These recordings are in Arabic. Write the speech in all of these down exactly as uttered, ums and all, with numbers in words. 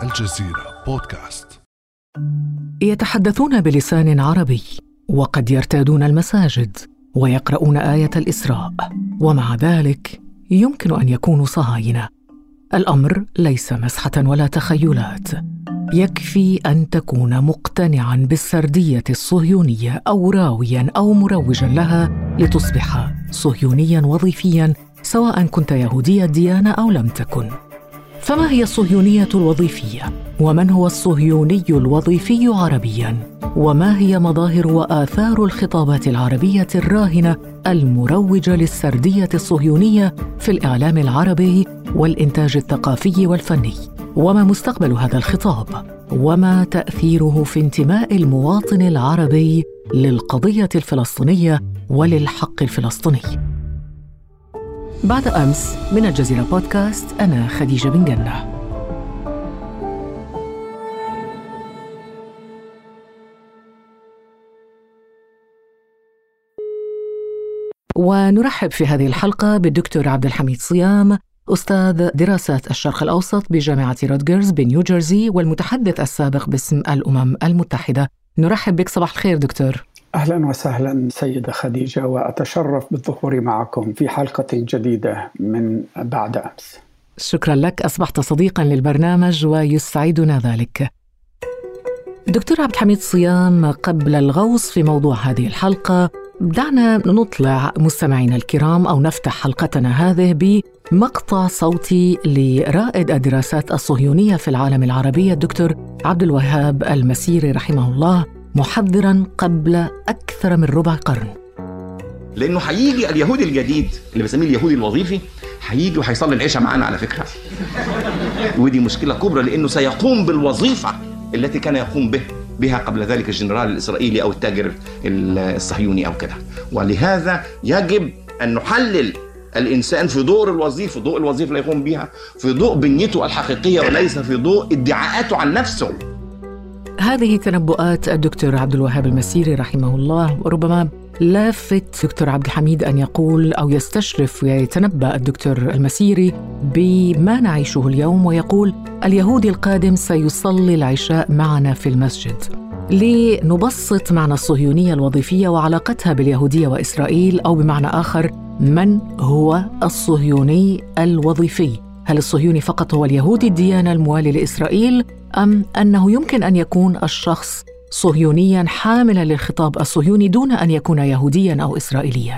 الجزيرة بودكاست. يتحدثون بلسان عربي، وقد يرتادون المساجد ويقرؤون آية الإسراء، ومع ذلك يمكن أن يكونوا صهاينة. الأمر ليس مسحة ولا تخيلات، يكفي أن تكون مقتنعاً بالسردية الصهيونية أو راوياً أو مروجاً لها لتصبح صهيونياً وظيفياً، سواء كنت يهودي الديانة أو لم تكن. فما هي الصهيونية الوظيفية؟ ومن هو الصهيوني الوظيفي عربياً؟ وما هي مظاهر وآثار الخطابات العربية الراهنة المروجة للسردية الصهيونية في الإعلام العربي والإنتاج الثقافي والفني؟ وما مستقبل هذا الخطاب؟ وما تأثيره في انتماء المواطن العربي للقضية الفلسطينية وللحق الفلسطيني؟ بعد أمس من الجزيرة بودكاست، أنا خديجة بن جنة. ونرحب في هذه الحلقة بالدكتور عبد الحميد صيام، أستاذ دراسات الشرق الأوسط بجامعة رودجرز بنيوجيرسي والمتحدث السابق باسم الأمم المتحدة. نرحب بك، صباح الخير دكتور. أهلا وسهلا سيدة خديجة، وأتشرف بالظهور معكم في حلقة جديدة من بعد أمس. شكرا لك، أصبحت صديقا للبرنامج ويسعدنا ذلك. دكتور عبد الحميد صيام، قبل الغوص في موضوع هذه الحلقة دعنا نطلع مستمعينا الكرام أو نفتح حلقتنا هذه بمقطع صوتي لرائد الدراسات الصهيونية في العالم العربي الدكتور عبد الوهاب المسيري رحمه الله، محذراً قبل أكثر من ربع قرن. لأنه حييجي اليهودي الجديد اللي بسميه اليهودي الوظيفي، حييجي وحيصلي العشاء معانا على فكرة. ودي مشكلة كبرى، لأنه سيقوم بالوظيفة التي كان يقوم به بها قبل ذلك الجنرال الإسرائيلي أو التاجر الصهيوني أو كده. ولهذا يجب أن نحلل الإنسان في ضوء الوظيفة، ضوء الوظيفة اللي يقوم بها، في ضوء بنيته الحقيقية وليس في ضوء ادعاءاته عن نفسه. هذه تنبؤات الدكتور عبد الوهاب المسيري رحمه الله، وربما لافت دكتور عبد الحميد أن يقول أو يستشرف ويتنبأ الدكتور المسيري بما نعيشه اليوم، ويقول اليهودي القادم سيصلي العشاء معنا في المسجد. لنبسط معنى الصهيونية الوظيفية وعلاقتها باليهودية وإسرائيل، أو بمعنى آخر، من هو الصهيوني الوظيفي؟ هل الصهيوني فقط هو اليهودي الديانة الموالي لإسرائيل، أم أنه يمكن أن يكون الشخص صهيونياً حاملاً للخطاب الصهيوني دون أن يكون يهودياً أو إسرائيلياً؟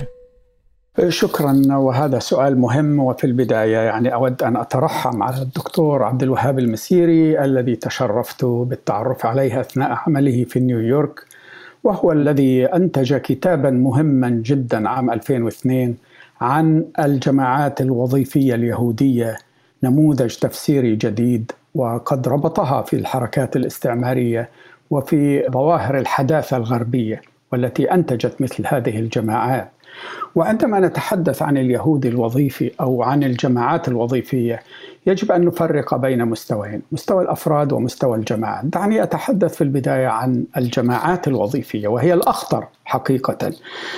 شكراً، وهذا سؤال مهم. وفي البداية يعني أود أن أترحم على الدكتور عبد الوهاب المسيري الذي تشرفت بالتعرف عليه أثناء عمله في نيويورك، وهو الذي أنتج كتاباً مهماً جداً عام ألفين واثنين عن الجماعات الوظيفية اليهودية، نموذج تفسيري جديد، وقد ربطها في الحركات الاستعمارية وفي ظواهر الحداثة الغربية والتي أنتجت مثل هذه الجماعات. وعندما نتحدث عن اليهود الوظيفي أو عن الجماعات الوظيفية، يجب أن نفرق بين مستويين، مستوى الأفراد ومستوى الجماعات. دعني أتحدث في البداية عن الجماعات الوظيفية، وهي الأخطر حقيقة.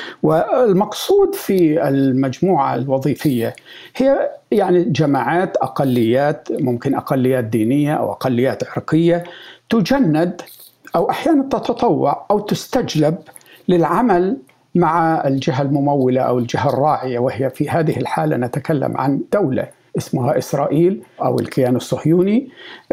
والمقصود في المجموعة الوظيفية هي يعني جماعات أقليات، ممكن أقليات دينية أو أقليات عرقية، تجند أو أحيانا تتطوع أو تستجلب للعمل مع الجهة الممولة أو الجهة الراعية، وهي في هذه الحالة نتكلم عن دولة اسمها إسرائيل أو الكيان الصهيوني.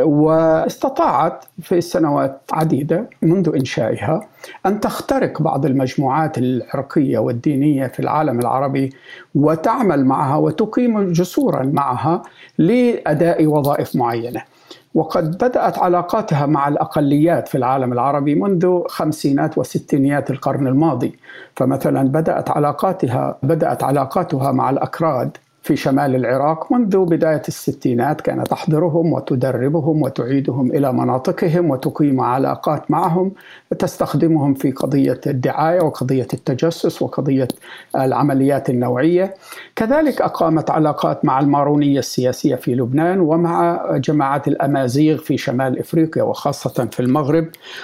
واستطاعت في السنوات عديدة منذ إنشائها أن تخترق بعض المجموعات العرقية والدينية في العالم العربي وتعمل معها وتقيم جسورا معها لأداء وظائف معينة. وقد بدأت علاقاتها مع الأقليات في العالم العربي منذ خمسينات وستينيات القرن الماضي. فمثلا بدأت علاقاتها بدأت علاقاتها مع الأكراد في شمال العراق منذ بداية الستينات، كانت تحضرهم وتدربهم وتعيدهم إلى مناطقهم وتقيم علاقات معهم، تستخدمهم في قضية الدعاية وقضية التجسس وقضية العمليات النوعية. كذلك أقامت علاقات مع المارونية السياسية في لبنان ومع جماعات الأمازيغ في شمال إفريقيا وخاصة في المغرب،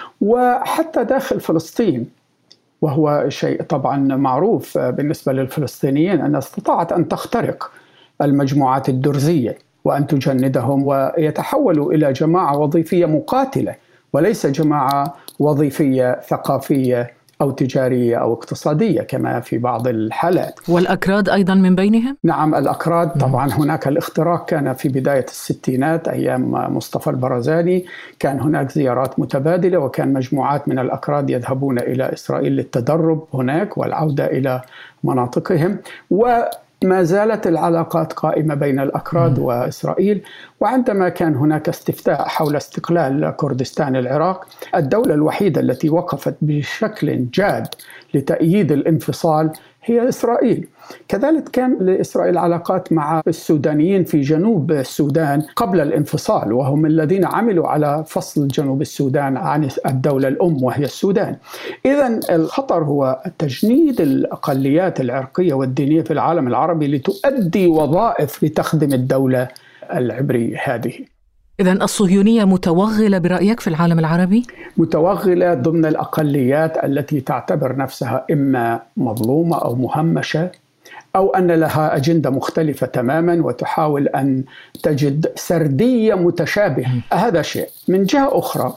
وحتى داخل فلسطين. وهو شيء طبعا معروف بالنسبة للفلسطينيين أن استطاعت أن تخترق المجموعات الدرزية وأن تجندهم ويتحولوا إلى جماعة وظيفية مقاتلة وليس جماعة وظيفية ثقافية أو تجارية أو اقتصادية كما في بعض الحالات. والأكراد أيضا من بينهم؟ نعم الأكراد طبعا هناك الاختراق كان في بداية الستينات أيام مصطفى البرزاني، كان هناك زيارات متبادلة وكان مجموعات من الأكراد يذهبون إلى إسرائيل للتدرب هناك والعودة إلى مناطقهم، و ما زالت العلاقات قائمة بين الأكراد وإسرائيل. وعندما كان هناك استفتاء حول استقلال كردستان العراق، الدولة الوحيدة التي وقفت بشكل جاد لتأييد الانفصال هي إسرائيل. كذلك كان لإسرائيل علاقات مع السودانيين في جنوب السودان قبل الانفصال، وهم الذين عملوا على فصل جنوب السودان عن الدولة الأم وهي السودان. إذن الخطر هو تجنيد الأقليات العرقية والدينية في العالم العربي لتؤدي وظائف لتخدم الدولة العبرية هذه. إذن الصهيونية متوغلة برأيك في العالم العربي؟ متوغلة ضمن الأقليات التي تعتبر نفسها إما مظلومة أو مهمشة، أو أن لها أجندة مختلفة تماما وتحاول أن تجد سردية متشابهة. هذا شيء. من جهة أخرى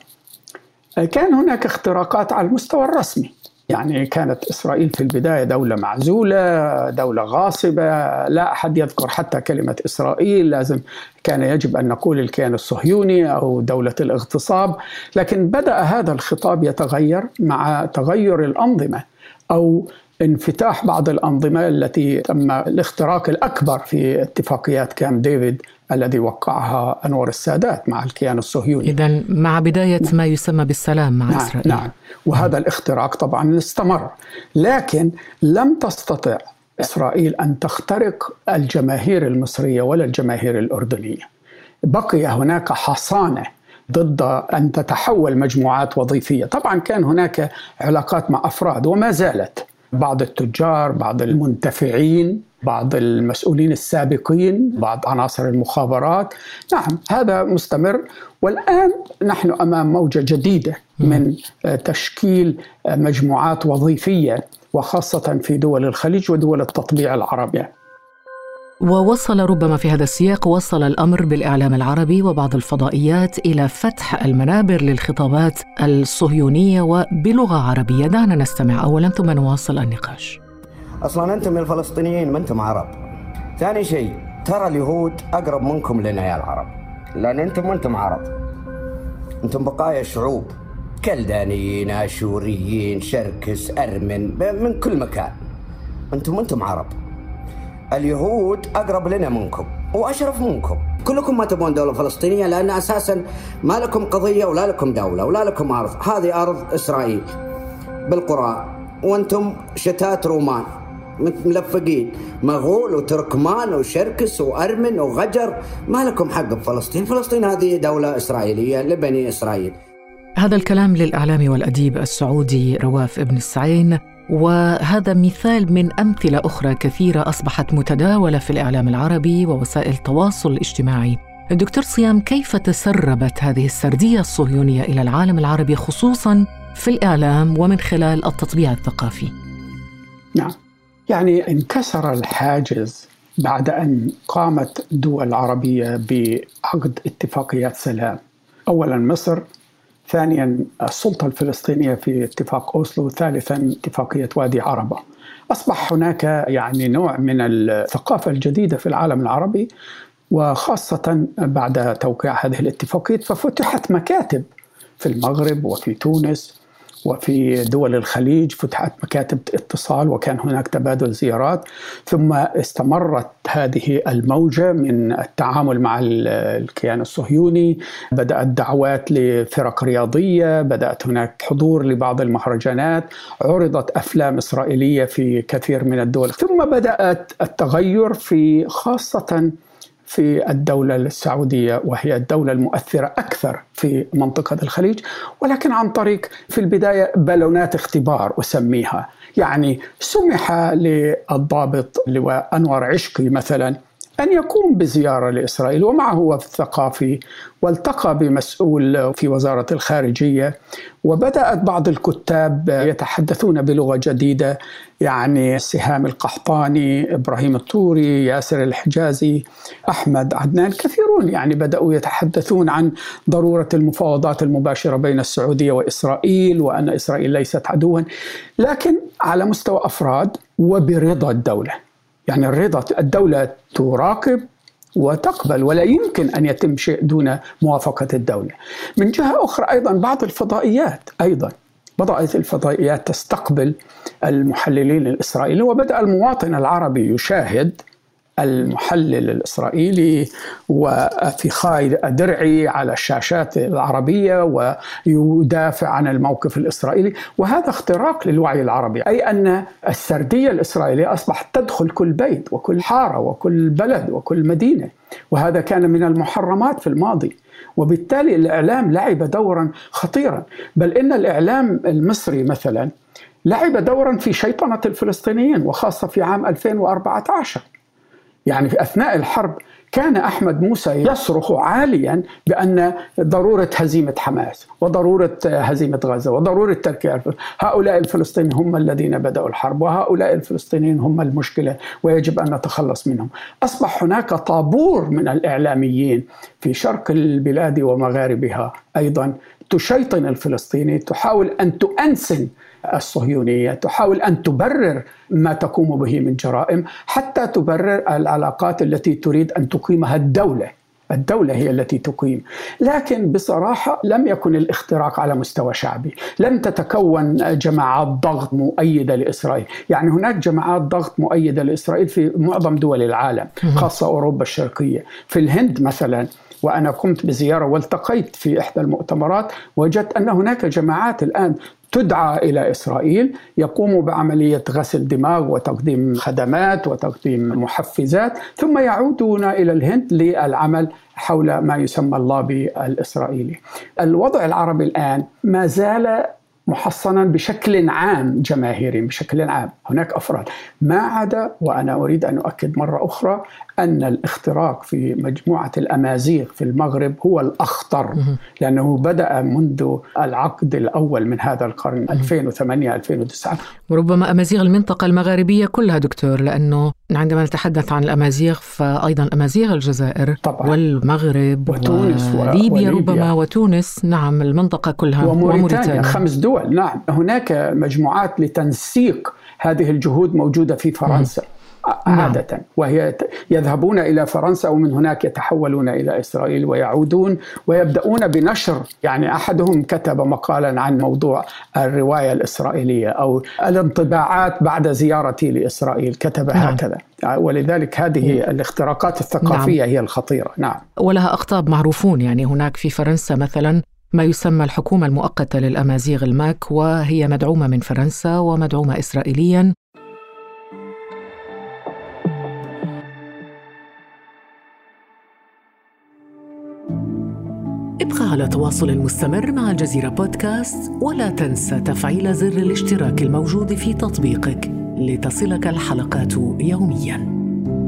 كان هناك اختراقات على المستوى الرسمي، يعني كانت إسرائيل في البداية دولة معزولة، دولة غاصبة، لا أحد يذكر حتى كلمة إسرائيل، لازم كان يجب أن نقول الكيان الصهيوني أو دولة الاغتصاب. لكن بدأ هذا الخطاب يتغير مع تغير الأنظمة أو انفتاح بعض الأنظمة التي تم الاختراق الأكبر في اتفاقيات كامب ديفيد الذي وقعها أنور السادات مع الكيان الصهيوني. إذن مع بداية ما يسمى بالسلام مع نعم إسرائيل. نعم. وهذا الاختراق طبعا استمر، لكن لم تستطع إسرائيل أن تخترق الجماهير المصرية ولا الجماهير الأردنية. بقي هناك حصانة ضد أن تتحول مجموعات وظيفية. طبعا كان هناك علاقات مع أفراد وما زالت، بعض التجار، بعض المنتفعين، بعض المسؤولين السابقين، بعض عناصر المخابرات. نعم هذا مستمر. والآن نحن أمام موجة جديدة من تشكيل مجموعات وظيفية وخاصة في دول الخليج ودول التطبيع العربية. ووصل ربما في هذا السياق وصل الأمر بالإعلام العربي وبعض الفضائيات إلى فتح المنابر للخطابات الصهيونية وبلغة عربية. دعنا نستمع أولا ثم نواصل النقاش. أصلا أنتم الفلسطينيين ما أنتم عرب. ثاني شيء، ترى اليهود أقرب منكم لنا يا العرب، لأن أنتم ما أنتم عرب، أنتم بقايا شعوب كلدانيين، آشوريين، شركس، أرمن، من كل مكان. أنتم ما أنتم عرب. اليهود أقرب لنا منكم وأشرف منكم. كلكم ما تبون دولة فلسطينية لأن أساسا ما لكم قضية ولا لكم دولة ولا لكم أرض. هذه أرض إسرائيل بالقرى، وأنتم شتات رومان ملفقين، مغول وتركمان وشركس وأرمن وغجر، ما لكم حق بفلسطين. فلسطين هذه دولة إسرائيلية لبني إسرائيل. هذا الكلام للإعلامي والأديب السعودي رواف ابن السعين، وهذا مثال من أمثلة أخرى كثيرة أصبحت متداولة في الإعلام العربي ووسائل التواصل الاجتماعي. الدكتور صيام، كيف تسربت هذه السردية الصهيونية إلى العالم العربي خصوصاً في الإعلام ومن خلال التطبيع الثقافي؟ نعم، يعني انكسر الحاجز بعد أن قامت دول عربية بعقد اتفاقيات سلام. أولاً مصر، ثانياً السلطة الفلسطينية في اتفاق أوسلو، ثالثاً اتفاقية وادي عربة. أصبح هناك يعني نوع من الثقافة الجديدة في العالم العربي، وخاصة بعد توقيع هذه الاتفاقيات ففتحت مكاتب في المغرب وفي تونس وفي دول الخليج، فتحت مكاتب اتصال وكان هناك تبادل زيارات. ثم استمرت هذه الموجة من التعامل مع الكيان الصهيوني، بدأت دعوات لفرق رياضية، بدأت هناك حضور لبعض المهرجانات، عرضت أفلام إسرائيلية في كثير من الدول. ثم بدأت التغير في خاصة في الدولة السعودية، وهي الدولة المؤثرة أكثر في منطقة الخليج، ولكن عن طريق في البداية بالونات اختبار أسميها. يعني سمح للضابط لواء أنور عشقي مثلا أن يقوم بزيارة لإسرائيل ومعه وفد ثقافي، والتقى بمسؤول في وزارة الخارجية، وبدأت بعض الكتاب يتحدثون بلغة جديدة، يعني سهام القحطاني، إبراهيم الطوري، ياسر الحجازي، أحمد عدنان، كثيرون يعني بدأوا يتحدثون عن ضرورة المفاوضات المباشرة بين السعودية وإسرائيل، وأن إسرائيل ليست عدوا، لكن على مستوى أفراد وبرضا الدولة. يعني الرضا، الدولة تراقب وتقبل، ولا يمكن أن يتم شيء دون موافقة الدولة. من جهة أخرى أيضا بعض الفضائيات أيضا بدأت الفضائيات تستقبل المحللين الإسرائيليين، وبدأ المواطن العربي يشاهد المحلل الإسرائيلي وفي خاي درعي على الشاشات العربية ويدافع عن الموقف الإسرائيلي، وهذا اختراق للوعي العربي، أي أن السردية الإسرائيلية أصبحت تدخل كل بيت وكل حارة وكل بلد وكل مدينة، وهذا كان من المحرمات في الماضي. وبالتالي الإعلام لعب دورا خطيرا، بل إن الإعلام المصري مثلا لعب دورا في شيطنة الفلسطينيين، وخاصة في عام ألفين وأربعة عشر. يعني في أثناء الحرب كان أحمد موسى يصرخ عاليا بأن ضرورة هزيمة حماس وضرورة هزيمة غزة وضرورة تركيع، هؤلاء الفلسطينيين هم الذين بدأوا الحرب، وهؤلاء الفلسطينيين هم المشكلة ويجب أن نتخلص منهم. أصبح هناك طابور من الإعلاميين في شرق البلاد ومغاربها أيضا تشيطن الفلسطيني، تحاول أن تؤنسن الصهيونية، تحاول أن تبرر ما تقوم به من جرائم، حتى تبرر العلاقات التي تريد أن تقيمها الدولة. الدولة هي التي تقيم. لكن بصراحة لم يكن الاختراق على مستوى شعبي، لم تتكون جماعات ضغط مؤيدة لإسرائيل. يعني هناك جماعات ضغط مؤيدة لإسرائيل في معظم دول العالم، خاصة أوروبا الشرقية. في الهند مثلا، وأنا قمت بزيارة والتقيت في إحدى المؤتمرات، وجدت أن هناك جماعات الآن تدعى إلى إسرائيل يقوموا بعملية غسل دماغ وتقديم خدمات وتقديم محفزات، ثم يعودون إلى الهند للعمل حول ما يسمى اللوبي الإسرائيلي. الوضع العربي الآن ما زال محصنا بشكل عام جماهيري، بشكل عام هناك أفراد، ما عدا، وأنا أريد أن أؤكد مرة أخرى أن الاختراق في مجموعة الأمازيغ في المغرب هو الأخطر، لأنه بدأ منذ العقد الأول من هذا القرن ألفين وثمانية ألفين وتسعة، وربما أمازيغ المنطقة المغاربية كلها دكتور، لأنه عندما نتحدث عن الأمازيغ فأيضا أمازيغ الجزائر طبعا، والمغرب وتونس وليبيا وليبيا ربما وتونس، نعم المنطقة كلها، وموريتانيا، خمس دول. نعم هناك مجموعات لتنسيق هذه الجهود موجودة في فرنسا عادة، نعم. وهي يذهبون إلى فرنسا ومن هناك يتحولون إلى إسرائيل ويعودون ويبدأون بنشر. يعني أحدهم كتب مقالا عن موضوع الرواية الإسرائيلية أو الانطباعات بعد زيارتي لإسرائيل، كتب نعم. هكذا. ولذلك هذه نعم. الاختراقات الثقافية نعم. هي الخطيرة. نعم، ولها أقطاب معروفون. يعني هناك في فرنسا مثلا ما يسمى الحكومة المؤقتة للأمازيغ الماك، وهي مدعومة من فرنسا ومدعومة إسرائيليا. ابقى على تواصل مستمر مع الجزيرة بودكاست، ولا تنسى تفعيل زر الاشتراك الموجود في تطبيقك لتصلك الحلقات يومياً.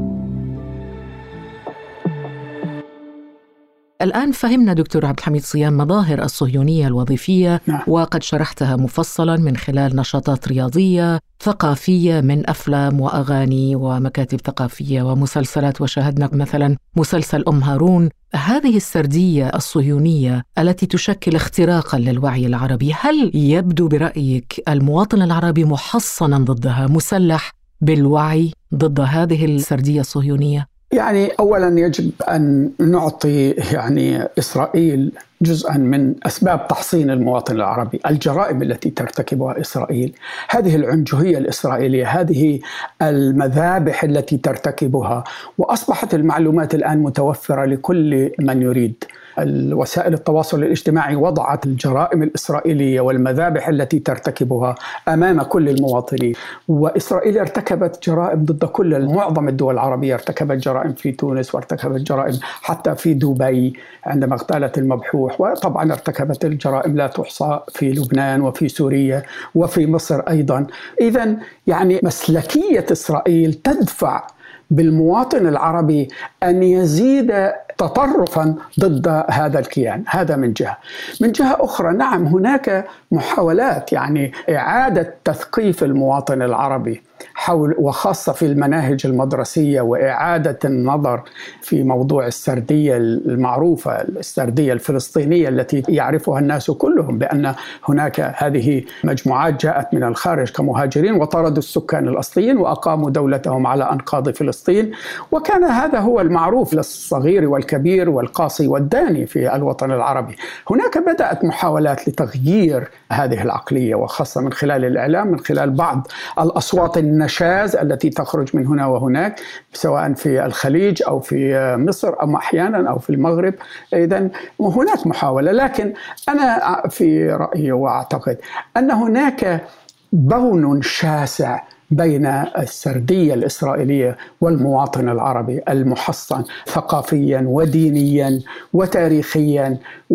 الآن فهمنا دكتور عبد الحميد صيام مظاهر الصهيونية الوظيفية، نعم. وقد شرحتها مفصلا من خلال نشاطات رياضية ثقافية من أفلام وأغاني ومكاتب ثقافية ومسلسلات، وشاهدنا مثلا مسلسل أم هارون. هذه السردية الصهيونية التي تشكل اختراقا للوعي العربي، هل يبدو برأيك المواطن العربي محصنا ضدها، مسلح بالوعي ضد هذه السردية الصهيونية؟ يعني أولا يجب أن نعطي يعني إسرائيل جزءا من أسباب تحصين المواطن العربي. الجرائم التي ترتكبها إسرائيل، هذه العنجهية الإسرائيلية، هذه المذابح التي ترتكبها، وأصبحت المعلومات الآن متوفرة لكل من يريد. الوسائل التواصل الاجتماعي وضعت الجرائم الإسرائيلية والمذابح التي ترتكبها أمام كل المواطنين، وإسرائيل ارتكبت جرائم ضد كل معظم الدول العربية، ارتكبت جرائم في تونس وارتكبت جرائم حتى في دبي عندما اغتالت المبحوح، وطبعا ارتكبت الجرائم لا تحصى في لبنان وفي سوريا وفي مصر أيضا. إذن يعني مسلكية إسرائيل تدفع بالمواطن العربي أن يزيد تطرفا ضد هذا الكيان. هذا من جهة. من جهة أخرى نعم هناك محاولات يعني إعادة تثقيف المواطن العربي حول، وخاصة في المناهج المدرسية، وإعادة النظر في موضوع السردية المعروفة، السردية الفلسطينية التي يعرفها الناس كلهم، بأن هناك هذه مجموعات جاءت من الخارج كمهاجرين وطردوا السكان الأصليين وأقاموا دولتهم على أنقاض فلسطين، وكان هذا هو المعروف للصغير والكبير والقاصي والداني في الوطن العربي. هناك بدأت محاولات لتغيير هذه العقلية، وخاصة من خلال الإعلام، من خلال بعض الأصوات النشاز التي تخرج من هنا وهناك، سواء في الخليج أو في مصر أو أحيانا أو في المغرب. إذن هناك محاولة، لكن أنا في رأيي وأعتقد أن هناك بون شاسع بين السردية الإسرائيلية والمواطن العربي المحصن ثقافيا ودينيا وتاريخيا،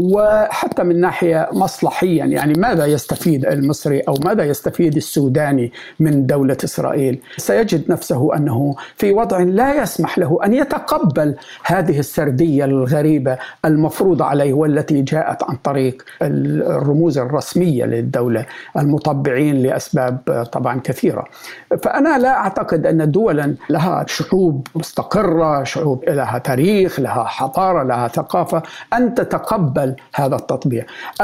وحتى من ناحية مصلحيا، يعني ماذا يستفيد المصري أو ماذا يستفيد السوداني من دولة إسرائيل؟ سيجد نفسه أنه في وضع لا يسمح له أن يتقبل هذه السردية الغريبة المفروضة عليه، والتي جاءت عن طريق الرموز الرسمية للدولة، المطبعين لأسباب طبعا كثيرة. فأنا لا أعتقد أن دولا لها شعوب مستقرة، شعوب لها تاريخ، لها حضارة، لها ثقافة، أن تتقبل هذا التطبيع.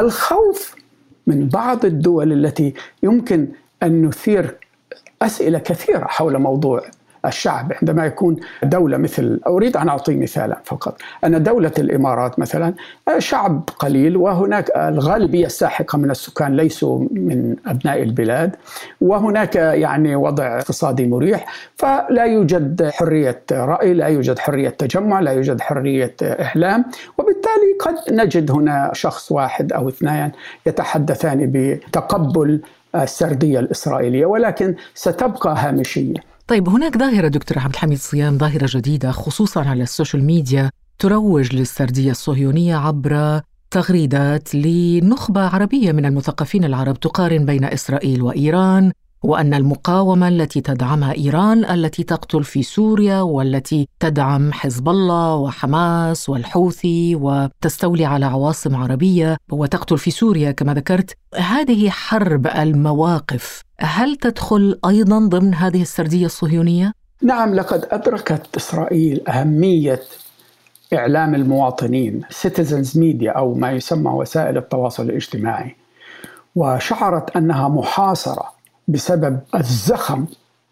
الخوف من بعض الدول التي يمكن أن نثير أسئلة كثيرة حول موضوع الشعب، عندما يكون دولة مثل، أريد أن أعطي مثالا فقط، أن دولة الإمارات مثلا شعب قليل، وهناك الغالبية الساحقة من السكان ليسوا من أبناء البلاد، وهناك يعني وضع اقتصادي مريح، فلا يوجد حرية رأي، لا يوجد حرية تجمع، لا يوجد حرية إعلام، وبالتالي قد نجد هنا شخص واحد أو اثنان يتحدثان بتقبل السردية الإسرائيلية، ولكن ستبقى هامشية. طيب، هناك ظاهرة دكتور عبد الحميد صيام، ظاهرة جديدة خصوصا على السوشيال ميديا، تروج للسردية الصهيونية عبر تغريدات لنخبة عربية من المثقفين العرب تقارن بين إسرائيل وإيران، وأن المقاومة التي تدعمها إيران التي تقتل في سوريا، والتي تدعم حزب الله وحماس والحوثي وتستولي على عواصم عربية وتقتل في سوريا كما ذكرت، هذه حرب المواقف هل تدخل أيضا ضمن هذه السردية الصهيونية؟ نعم، لقد أدركت إسرائيل أهمية إعلام المواطنين citizens media أو ما يسمى وسائل التواصل الاجتماعي، وشعرت أنها محاصرة بسبب الزخم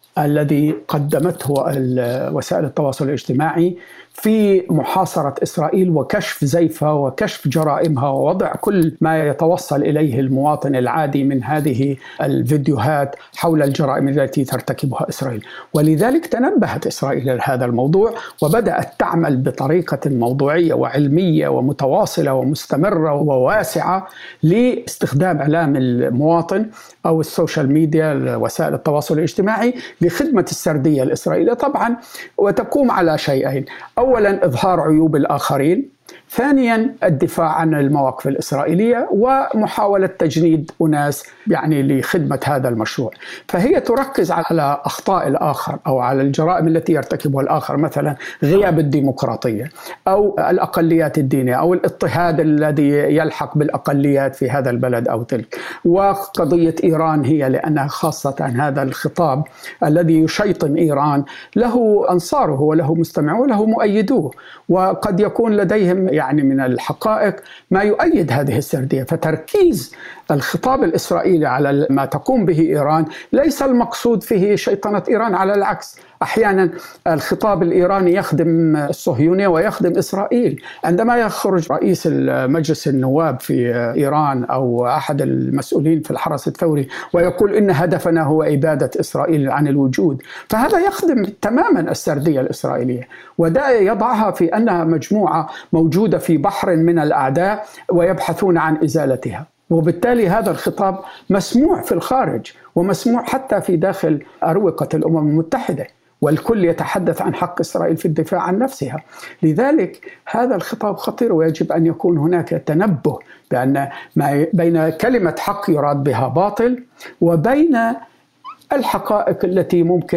الذي قدمته وسائل التواصل الاجتماعي في محاصرة إسرائيل وكشف زيفها وكشف جرائمها ووضع كل ما يتوصل إليه المواطن العادي من هذه الفيديوهات حول الجرائم التي ترتكبها إسرائيل. ولذلك تنبهت إسرائيل لهذا الموضوع وبدأت تعمل بطريقة موضوعية وعلمية ومتواصلة ومستمرة وواسعة لاستخدام إعلام المواطن أو السوشيال ميديا، وسائل التواصل الاجتماعي، لخدمة السردية الإسرائيلية طبعا، وتقوم على شيئين: أولا إظهار عيوب الآخرين، ثانيا الدفاع عن المواقف الإسرائيلية ومحاولة تجنيد أناس يعني لخدمة هذا المشروع. فهي تركز على أخطاء الآخر أو على الجرائم التي يرتكبها الآخر، مثلا غياب الديمقراطية أو الأقليات الدينية أو الاضطهاد الذي يلحق بالأقليات في هذا البلد أو تلك. وقضية إيران هي لأنها خاصة هذا الخطاب الذي يشيطن إيران له أنصاره وله مستمعوه وله مؤيدوه، وقد يكون لديهم يعني من الحقائق ما يؤيد هذه السردية. فتركيز الخطاب الإسرائيلي على ما تقوم به إيران ليس المقصود فيه شيطنة إيران، على العكس، أحيانا الخطاب الإيراني يخدم الصهيونية ويخدم إسرائيل. عندما يخرج رئيس مجلس النواب في إيران أو أحد المسؤولين في الحرس الثوري ويقول إن هدفنا هو إبادة إسرائيل عن الوجود، فهذا يخدم تماما السردية الإسرائيلية، وده يضعها في أنها مجموعة موجودة في بحر من الأعداء ويبحثون عن إزالتها. وبالتالي هذا الخطاب مسموع في الخارج ومسموع حتى في داخل أروقة الأمم المتحدة، والكل يتحدث عن حق إسرائيل في الدفاع عن نفسها. لذلك هذا الخطاب خطير، ويجب أن يكون هناك تنبه بأن ما بين كلمة حق يراد بها باطل وبين الحقائق التي ممكن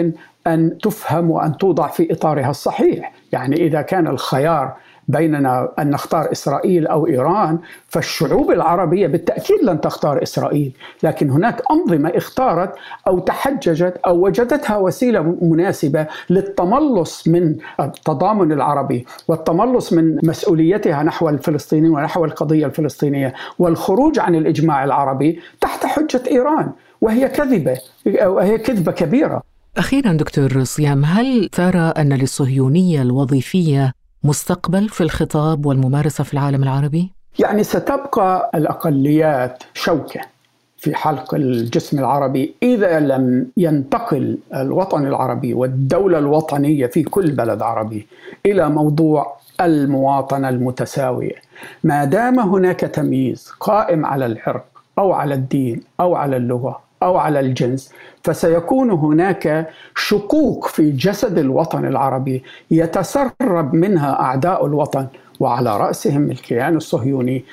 أن تفهم وأن توضع في إطارها الصحيح. يعني إذا كان الخيار بيننا أن نختار إسرائيل أو إيران، فالشعوب العربية بالتأكيد لن تختار إسرائيل، لكن هناك أنظمة اختارت أو تحججت أو وجدتها وسيلة مناسبة للتملص من التضامن العربي والتملص من مسؤوليتها نحو الفلسطينيين ونحو القضية الفلسطينية والخروج عن الإجماع العربي تحت حجة إيران، وهي كذبة وهي كذبة كبيرة. أخيراً دكتور صيام، هل ترى أن للصهيونية الوظيفية مستقبل في الخطاب والممارسة في العالم العربي؟ يعني ستبقى الأقليات شوكة في حلق الجسم العربي إذا لم ينتقل الوطن العربي والدولة الوطنية في كل بلد عربي إلى موضوع المواطنة المتساوية. ما دام هناك تمييز قائم على العرق أو على الدين أو على اللغة أو على الجنس، فسيكون هناك شكوك في جسد الوطن العربي يتسرب منها أعداء الوطن وعلى رأسهم الكيان الصهيوني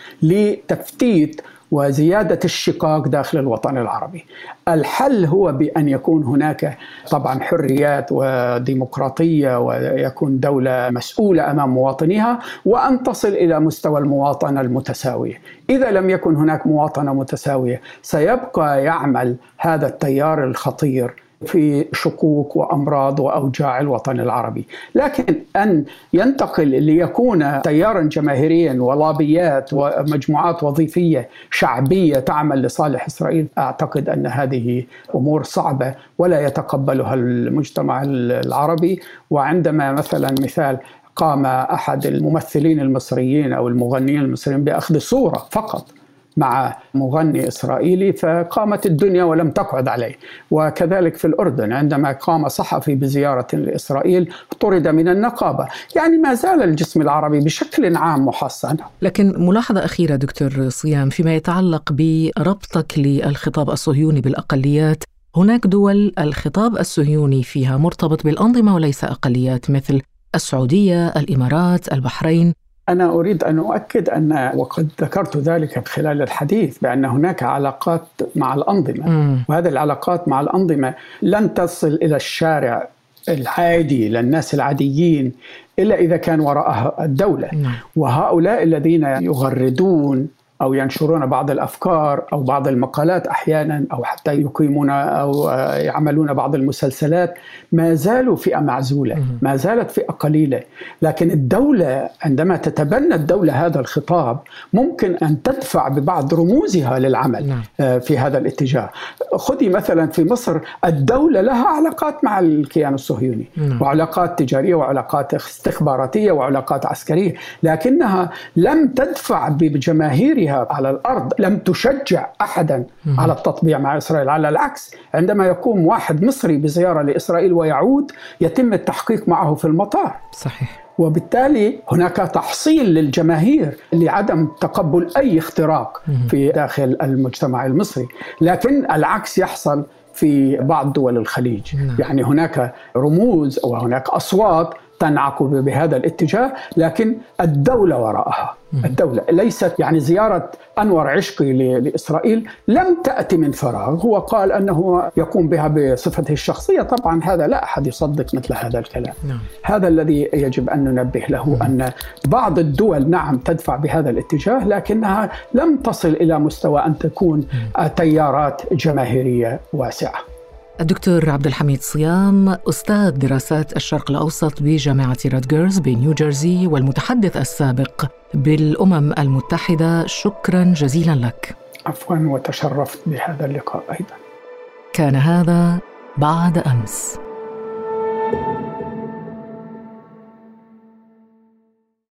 لتفتيت وزيادة الشقاق داخل الوطن العربي. الحل هو بأن يكون هناك طبعا حريات وديمقراطية ويكون دولة مسؤولة أمام مواطنيها وأن تصل إلى مستوى المواطنة المتساوية. إذا لم يكن هناك مواطنة متساوية سيبقى يعمل هذا التيار الخطير في شكوك وأمراض وأوجاع الوطن العربي. لكن أن ينتقل ليكون تيارا جماهيريا ولابيات ومجموعات وظيفية شعبية تعمل لصالح إسرائيل، أعتقد أن هذه أمور صعبة ولا يتقبلها المجتمع العربي. وعندما مثلا مثال قام أحد الممثلين المصريين أو المغنيين المصريين بأخذ صورة فقط مع مغني إسرائيلي فقامت الدنيا ولم تقعد عليه. وكذلك في الأردن عندما قام صحفي بزيارة لإسرائيل طرد من النقابة. يعني ما زال الجسم العربي بشكل عام محصن. لكن ملاحظة أخيرة دكتور صيام فيما يتعلق بربطك للخطاب الصهيوني بالأقليات، هناك دول الخطاب الصهيوني فيها مرتبط بالأنظمة وليس أقليات مثل السعودية، الإمارات، البحرين. أنا أريد أن أؤكد أن وقد ذكرت ذلك خلال الحديث بأن هناك علاقات مع الأنظمة م. وهذه العلاقات مع الأنظمة لن تصل إلى الشارع العادي للناس العاديين إلا إذا كان وراءها الدولة م. وهؤلاء الذين يغردون أو ينشرون بعض الأفكار أو بعض المقالات أحيانا أو حتى يقيمون أو يعملون بعض المسلسلات ما زالوا فئة معزولة، ما زالت فئة قليلة. لكن الدولة عندما تتبنى الدولة هذا الخطاب ممكن أن تدفع ببعض رموزها للعمل في هذا الاتجاه. خذي مثلا في مصر الدولة لها علاقات مع الكيان الصهيوني وعلاقات تجارية وعلاقات استخباراتية وعلاقات عسكرية، لكنها لم تدفع بجماهيرها على الأرض، لم تشجع أحدا على التطبيع مع إسرائيل. على العكس عندما يقوم واحد مصري بزيارة لإسرائيل ويعود يتم التحقيق معه في المطار. صحيح. وبالتالي هناك تحصيل للجماهير لعدم تقبل أي اختراق في داخل المجتمع المصري. لكن العكس يحصل في بعض دول الخليج. يعني هناك رموز وهناك أصوات تنعقب بهذا الاتجاه لكن الدولة وراءها. الدولة ليست يعني زيارة أنور عشقي لإسرائيل لم تأتي من فراغ، هو قال أنه يقوم بها بصفته الشخصية. طبعا هذا لا أحد يصدق مثل هذا الكلام. نعم. هذا الذي يجب أن ننبه له، أن بعض الدول نعم تدفع بهذا الاتجاه لكنها لم تصل إلى مستوى أن تكون تيارات جماهيرية واسعة. الدكتور عبد الحميد صيام، أستاذ دراسات الشرق الأوسط بجامعة راتجرز بنيوجيرسي والمتحدث السابق بالأمم المتحدة، شكرا جزيلا لك. عفوا، وتشرفت بهذا اللقاء أيضا. كان هذا بعد أمس.